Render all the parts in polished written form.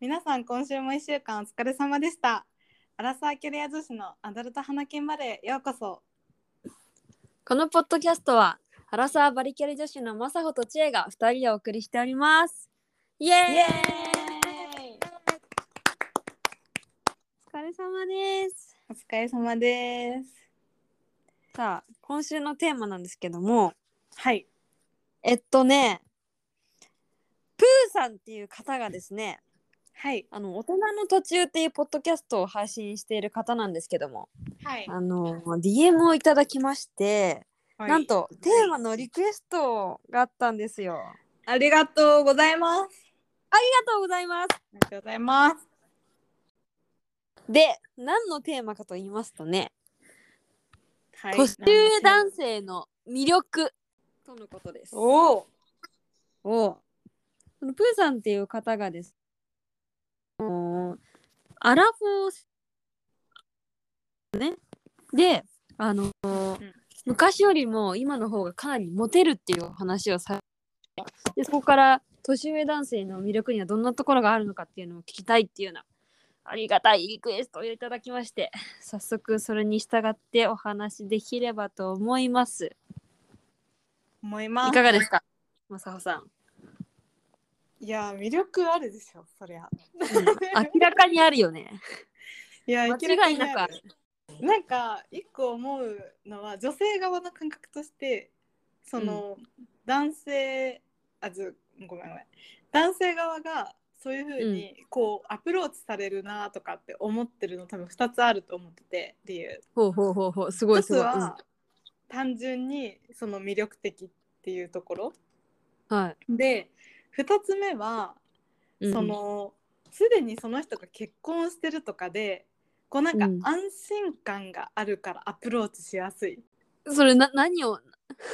皆さん今週も1週間お疲れ様でした。アラサーキャリア女子のアダルト花金バレーへようこそ。 このポッドキャストはアラサーバリキャリ女子のまさほとちえが2人でお送りしております。イエーイ、 イエーイ。 お疲れ様です。 お疲れ様です。 さあ今週のテーマなんですけども、 はい。 プーさんっていう方がですね、 はい。 大人の途中っていうポッドキャストを配信している方なんですけども、 はい。 DM をいただきまして、 はい、 なんとテーマのリクエストがあったんですよ。 ありがとうございます。 ありがとうございます。 ありがとうございます。 で、何のテーマかと言いますとね、 はい、 年上男性の魅力とのことです。 おこのプーさんっていう方がです、アラフォーね、で、昔よりも今の方がかなりモテるっていう話をされて、そこから年上男性の魅力にはどんなところがあるのかっていうのを聞きたいっていうようなありがたいリクエストをいただきまして、早速それに従ってお話できればと思います。いかがですか、まさほさん。 いや、魅力あるでしょ、そりゃ。 明らかにあるよね。 いや、 間違いなくある。 なんか一個思うのは、女性側の感覚としてその、男性ごめん男性側がそういう風にこうアプローチされるなとかって思ってるの多分2つあると思ってて、理由。 すごい一つは、単純にその魅力的っていうところ、 はい、 で2つ目は、そのすでにその人が結婚してるとかで、こうなんか安心感があるからアプローチしやすい。 それ何を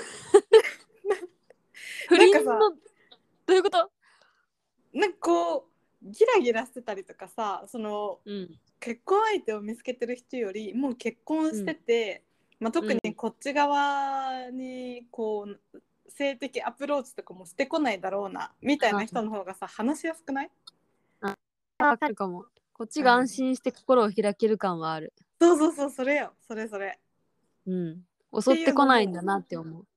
不倫のどういうこと？ なんかこうギラギラしてたりとかさ、その、結婚相手を見つけてる人よりもう結婚してて、特にこっち側にこう性的アプローチとかもしてこないだろうなみたいな人の方がさ、話しやすくない？ わかるかも。こっちが安心して心を開ける感はある。 そうそれよ、それ。 襲ってこないんだなって思う。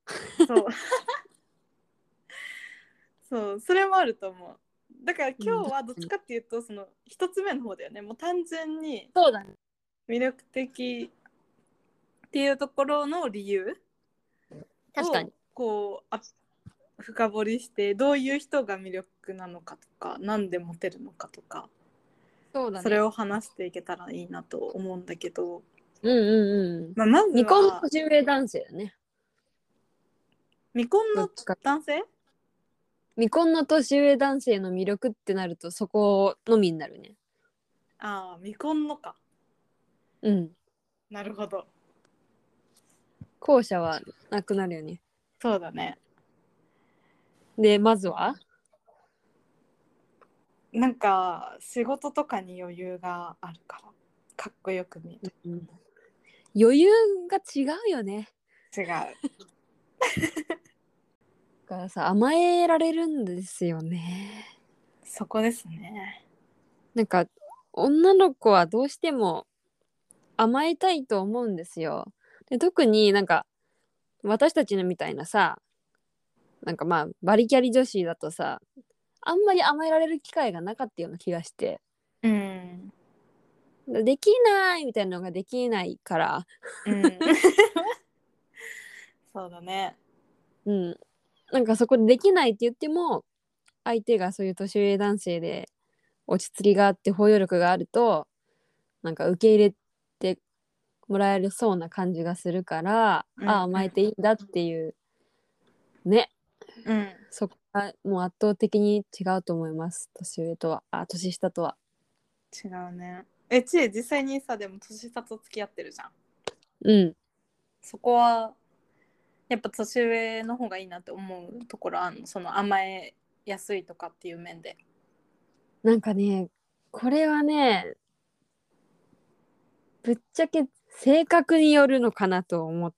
そうそれもあると思う。だから今日はどっちかっていうとその一つ目の方だよね。もう単純に魅力的っていうところの理由をこう深掘りして、どういう人が魅力なのかとか、なんでモテるのかとか、それを話していけたらいいなと思うんだけど、まずは未婚の年上男性だね。 未婚の男性？ 未婚の年上男性の魅力ってなるとそこのみになるね。 ああ、未婚のか。なるほど。 後者はなくなるよね。 そうだね。 で、まずはなんか仕事とかに余裕があるからかっこよく見える。 余裕が違うよね。 違う。 だからさ、甘えられるんですよね。 そこですね。 なんか女の子はどうしても甘えたいと思うんですよ。で、特になんか私たちのみたいなさ、なんかまあバリキャリ女子だとさ、あんまり甘えられる機会がなかったような気がして、できないみたいなのができないから、 そうだね。 なんかそこでできないって言っても、相手がそういう年上男性で落ち着きがあって包容力があると、なんか受け入れてもらえるそうな感じがするから、甘えていいんだっていうね、そこがもう圧倒的に違うと思います。年下とは。 違うね。ちえ実際にさ、でも年下と付き合ってるじゃん。そこはやっぱ年上の方がいいなって思うところあるの？その甘えやすいとかっていう面で。 なんかね、これはね、ぶっちゃけ性格によるのかなと思って、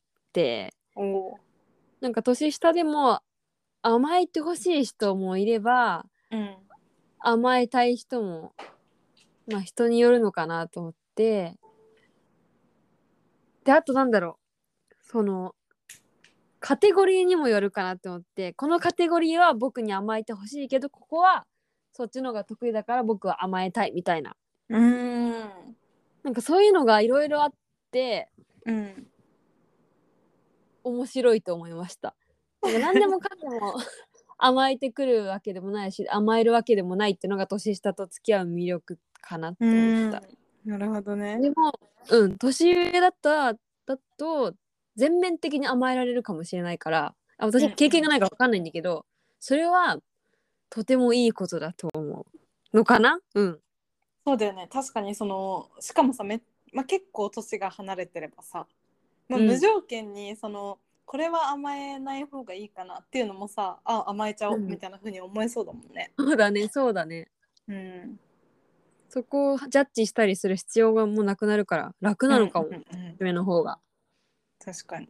なんか年下でも甘えてほしい人もいれば、 甘えたい人もまあ人によるのかなと思って、であとなんだろう、そのカテゴリーにもよるかなって思って、このカテゴリーは僕に甘えてほしいけど、ここはそっちの方が得意だから僕は甘えたいみたいな、なんかそういうのがいろいろあって、面白いと思いました。なんか何でもかんでも甘えてくるわけでもないし、甘えるわけでもないっていうのが年下と付き合う魅力かなって思った。 なるほどね。 でも、年上だと全面的に甘えられるかもしれないから、私経験がないから分かんないんだけど、それはとてもいいことだと思うのかな。 そうだよね。確かにしかもさ、結構年が離れてればさ、無条件にこれは甘えない方がいいかなっていうのもさ、甘えちゃおうみたいな風に思えそうだもんね。 そうだね。そこをジャッジしたりする必要がもうなくなるから楽なのかも、上の方が。 確かに。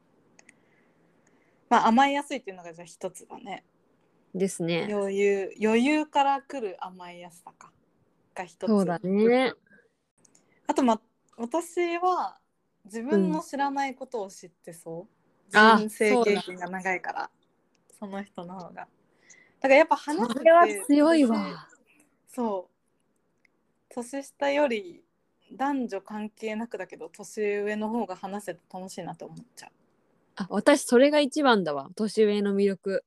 甘えやすいっていうのがじゃあ一つだね。 ですね。 余裕から来る甘えやすさが一つ。 そうだね。 あと私は自分の知らないことを知ってそう、人生経験が長いから、その人の方が。だからやっぱ話してて、それは強いわ。 そう年下より男女関係なくだけど年上の方が話せて楽しいなと思っちゃう。 私それが一番だわ、年上の魅力。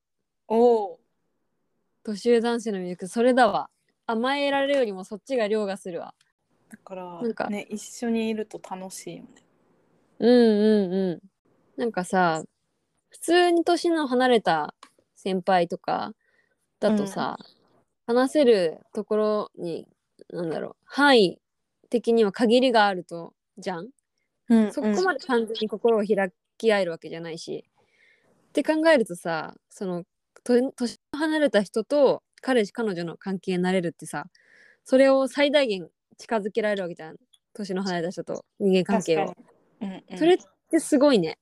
年上男性の魅力それだわ。甘えられるよりもそっちが凌駕するわ。 だからね、一緒にいると楽しいよね。なんかさ、普通に年の離れた先輩とかだとさ、話せるところに範囲的には限りがあるとじゃん、そこまで完全に心を開き合えるわけじゃないしって考えるとさ、年離れた人と彼女の関係になれるってさ、それを最大限近づけられるわけじゃん、年の離れた人と人間関係を。それってすごいね。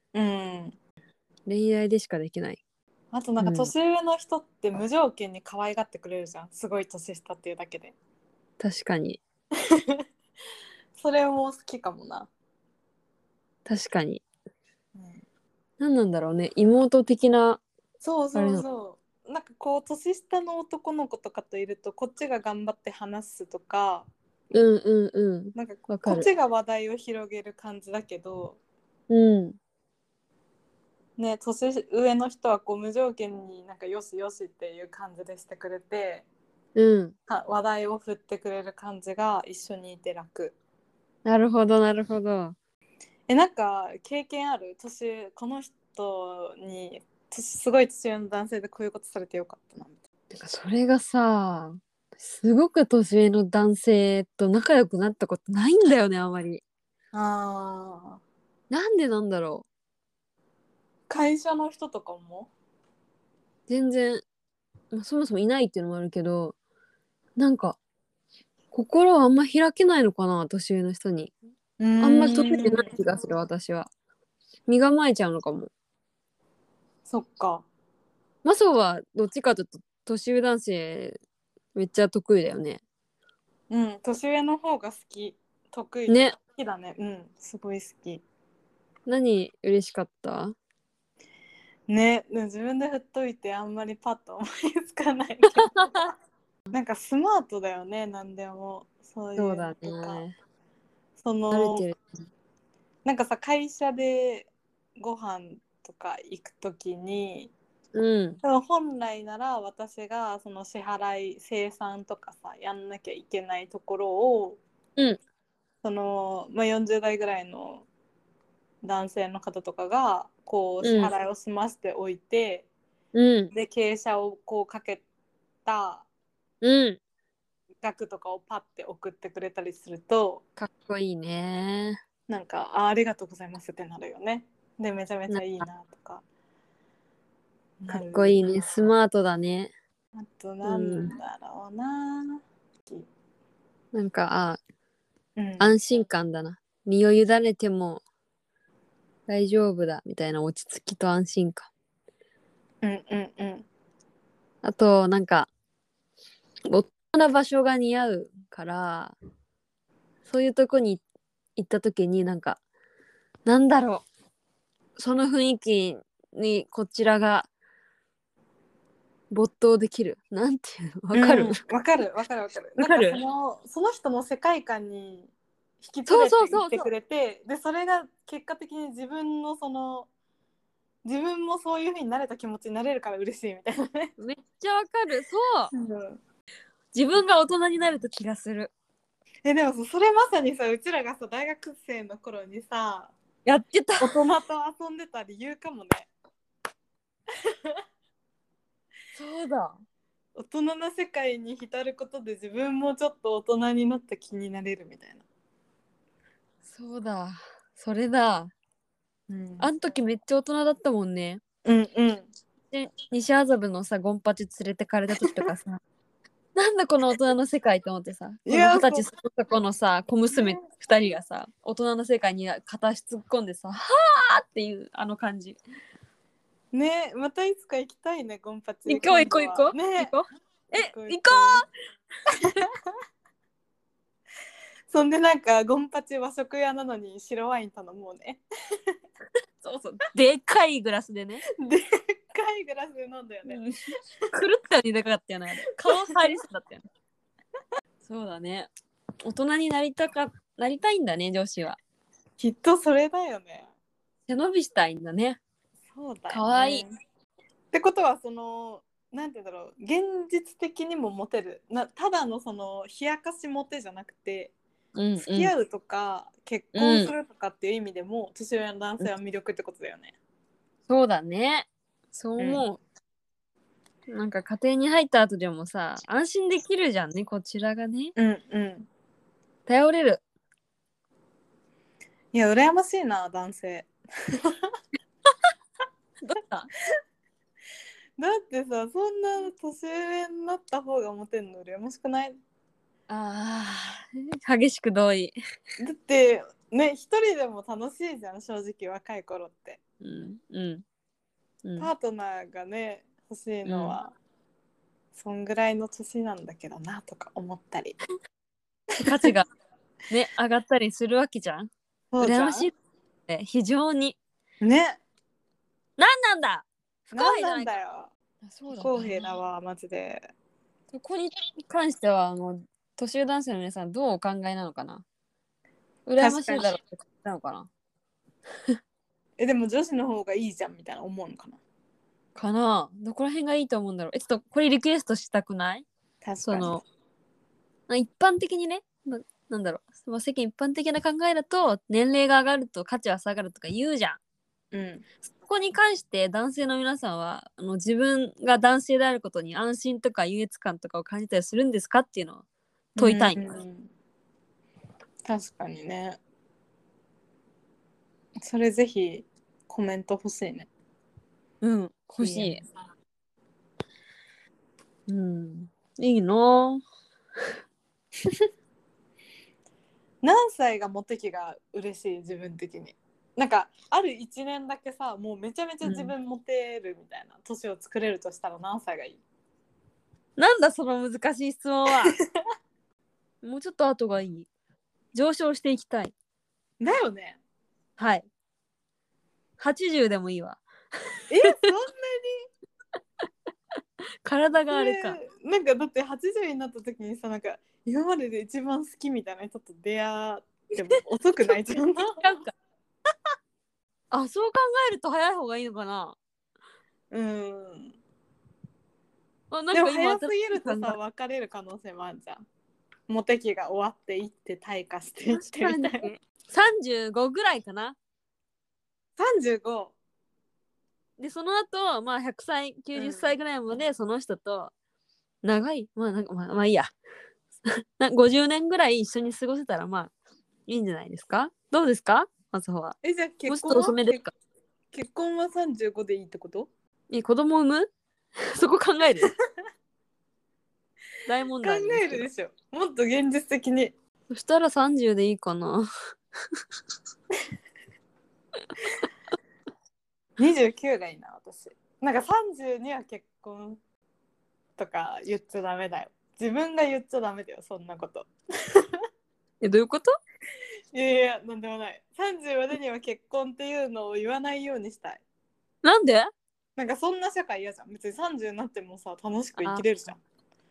恋愛でしかできない。 あとなんか年上の人って無条件に可愛がってくれるじゃん、すごい年下っていうだけで。 確かにそれも好きかもな。 確かに、何なんだろうね、妹的な。 そうなんかこう年下の男の子とかといるとこっちが頑張って話すとか、なんかこっちが話題を広げる感じだけど、ね、年上の人はこう無条件になんかよしよしっていう感じでしてくれて、話題を振ってくれる感じが一緒にいて楽。 なるほど。 なんか経験ある？この人にすごい年上の男性でこういうことされてよかったなみたいな。 なんかそれがさ、すごく年上の男性と仲良くなったことないんだよね、あまり。なんでなんだろう。 会社の人とかも全然、そもそもいないっていうのもあるけど、なんか心はあんま開けないのかな、年上の人に。あんまり得意じゃない気がする、私は。身構えちゃうのかも。 そっか。 マソはどっちかというと年上男性めっちゃ得意だよね。 年上の方が好き。得意ね。 好きだね。すごい好き。 何嬉しかったね。自分で振っといてあんまりパッと思いつかないけどなんかスマートだよね、何でも。そういうのとか。慣れてる。なんかさ、会社でご飯とか行くときに、本来なら私がその支払い生産とかさやんなきゃいけないところを、40代ぐらいの男性の方とかがこう支払いを済ませておいて、で傾斜をこうかけた額とかをパッて送ってくれたりするとかっこいいね。 なんかありがとうございますってなるよね。でめちゃめちゃいいなとか。 かっこいいね。スマートだね。 あとなんだろうな、 なんか安心感だな。身を委ねても大丈夫だみたいな落ち着きと安心感。あとなんか大人な場所が似合うから、そういうとこに行った時になんか、なんだろう、その雰囲気にこちらが没頭できる。なんていうの、わかる？ わかる。 わかる。 なんかその人の世界観に引き連れて行ってくれて、でそれが結果的に自分もそういう風になれた気持ちになれるから嬉しいみたいなね。 めっちゃわかる。そう。自分が大人になると気がする。 でもそれまさにさ、うちらがさ大学生の頃にさやってた。 大人と遊んでた理由かもね。 そうだ。 大人な世界に浸ることで自分もちょっと大人になった気になれるみたいな。 そうだ。それだ。あん時めっちゃ大人だったもんね。で、西麻布のさ、ゴンパチ連れてかれた時とかさ、なんだこの大人の世界と思ってさ、この20歳そこそこのさ、小娘2人がさ、大人の世界に片足突っ込んでさ、はーっていうあの感じ。 ね、またいつか行きたいね、ゴンパチ。 行こう。ね、行こう。 そんでなんかゴンパチ和食屋なのに白ワイン頼もうね。 そうそう、でっかいグラスでね。 でっかいグラスで飲んだよね。 狂ったようにでかかったよね。顔入りそうだったよね。そうだね。大人になりたいんだね、女子は。 きっとそれだよね。 背伸びしたいんだね。 そうだよね。 かわいい。 ってことはなんて言うんだろう、現実的にもモテるただの冷やかしモテじゃなくて、付き合うとか結婚するとかっていう意味でも、年上の男性は魅力ってことだよね。 そうだね。そう思う。なんか家庭に入った後でもさ、安心できるじゃんね、こちらがね。頼れる。 いや、羨ましいな、男性。 どうしただってさ、そんな年上になった方がモテるの羨ましくない？ 激しく同意。 だってね、一人でも楽しいじゃん、正直若い頃って。パートナーがね欲しいのは、そんぐらいの年なんだけどなとか思ったり。 価値がね上がったりするわけじゃん。羨ましいって非常にね。 なんだ不公平なんだよ。 不公平だわマジで。 そこに関しては年上男性の皆さんどうお考えなのかな。羨ましいだろうって感じなのかな。 でも女子の方がいいじゃんみたいな思うのかな。 どこら辺がいいと思うんだろう。ちょっとこれリクエストしたくない？ 確かに。一般的にね、なんだろう、世間一般的な考えだと年齢が上がると価値は下がるとか言うじゃん。そこに関して男性の皆さんは自分が男性であることに安心とか優越感とかを感じたりするんですかっていうのを問いたい。 確かにね。それぜひコメント欲しいね。 欲しい。いいな。 何歳がモテ期が嬉しい？自分的になんかある1年だけさ、もうめちゃめちゃ自分モテるみたいな年を作れるとしたら何歳がいい？ なんだその難しい質問は。もうちょっと後がいい。上昇していきたい。 だよね。 はい。80でもいいわ。 そんなに体があれか。 なんかだって80になった時にさ、なんか今までで一番好きみたいな人と出会っても遅くないじゃん。 あ、そう考えると早い方がいいのかな。 でも早すぎるとさ、別れる可能性もあるじゃん。モテ期が終わっていって退化していってみたいな。 35ぐらいかな。 35 でその後まあ100歳90歳ぐらいまでその人と長い、まあいいや50年ぐらい一緒に過ごせたらまあいいんじゃないですか。どうですか松穂は。 じゃあ結婚は？ もうちょっと遅めですか？ 結婚は35でいいってこと？ 子供産むそこ考える大問題考えるでしょ、もっと現実的に。 そしたら30でいいかな。 29がいいな私。なんか30には結婚とか言っちゃダメだよ自分が言っちゃダメだよそんなこと。 どういうこと？ いやいやなんでもない。30までには結婚っていうのを言わないようにしたい。 なんで？ なんかそんな社会嫌じゃん。別に30になってもさ楽しく生きれるじゃん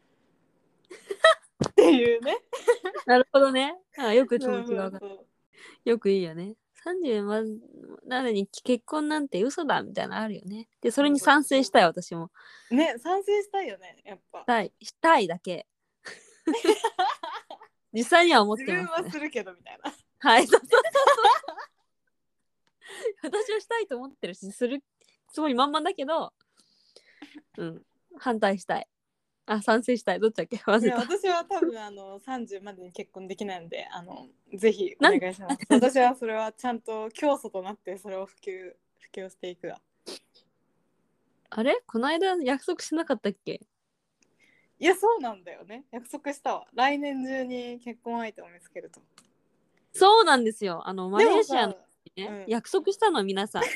っていうね。 なるほどね。よく気持ちがそうわかる。よくいいよね。30までに結婚なんて嘘だみたいなのあるよね。で、それに賛成したい私も。 ね、賛成したいよねやっぱ。 したいだけ。実際には思ってます、ね。 自分はするけどみたいな。 はい、そうそうそうそう。私はしたいと思ってるし、するつもり満々だけど、反対したい。賛成したい。どっちだっけ？忘れた。 いや私は多分30までに結婚できないのでぜひお願いします。私はそれはちゃんと教祖となってそれを普及していくわ。 あれこの間約束しなかったっけ？ いやそうなんだよね。約束したわ。来年中に結婚相手を見つけると。 そうなんですよ。マレーシアの、ね、約束したの皆さん。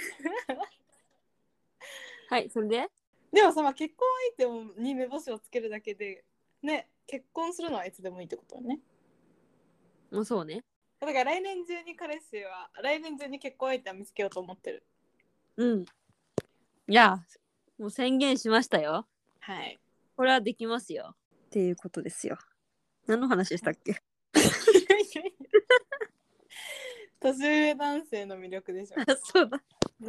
はい、それででもさ、結婚相手に目星をつけるだけでね、結婚するのはいつでもいいってことだね。 もうそうね。 だから来年中に来年中に結婚相手を見つけようと思ってる。 いや、もう宣言しましたよ。 はい。 これはできますよ。っていうことですよ。何の話でしたっけ？ 年上男性の魅力でしょ。 そうだ。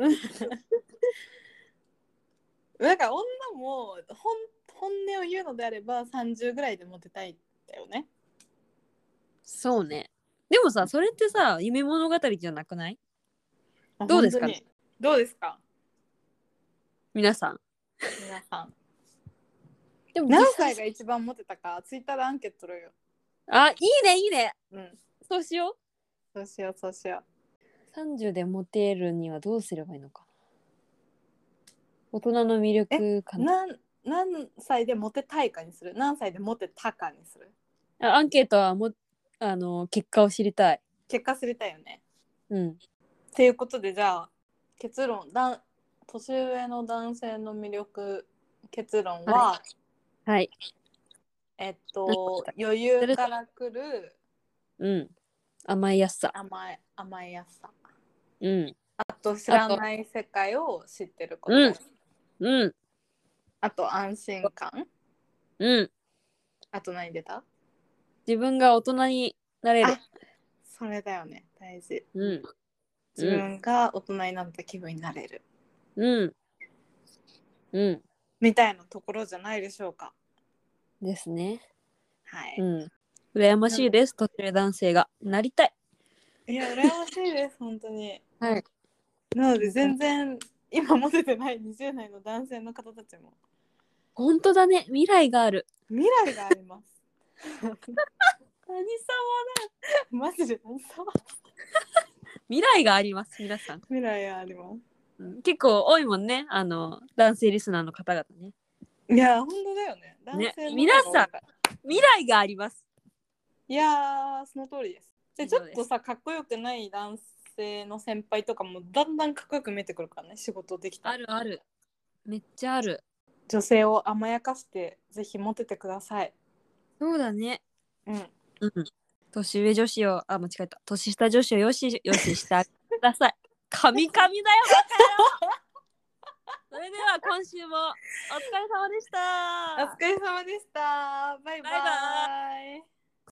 なんか女も本音を言うのであれば30ぐらいでモテたいんだよね。 そうね。でもさ、それってさ、夢物語じゃなくない？どうですか？ どうですか皆さん。 でも何歳が一番モテたかツイッターでアンケート取るよ。 いいねいいね。そうしよう。 30でモテるにはどうすればいいのかな。大人の魅力かな。 何歳でモテたいかにする？何歳でモテたかにする？ アンケートは結果を知りたい。 結果知りたいよね。 っていうことでじゃあ結論年上の男性の魅力結論は、 はい。 余裕からくる、 甘いやすさ。 甘いやすさ。 あと知らない世界を知ってること。あと安心感。あと何出た？ 自分が大人になれる。 それだよね、大事。自分が大人になった気分になれる。みたいなところじゃないでしょうか。 ですね。 はい。 羨ましいです。年上男性がなりたい。 いや羨ましいです本当に。 はい。 なので全然今モテてない20代の男性の方たちも本当だね。未来がある。 未来があります。何様だ。マジで何様。 未来があります皆さん。 未来があります。 結構多いもんね。男性リスナーの方々ね。 いや本当だよね。男性の皆さん未来があります。 いやその通りです。でちょっとさかっこよくない男性の先輩とかもだんだんかっこよく見えてくるからね。仕事できた。 ある。めっちゃある。 女性を甘やかしてぜひモテてください。 そうだね。年上女子を間違えた。年下女子をよししてください。神々だよバカよ。それでは今週もお疲れ様でした。 お疲れ様でした。バイバイ。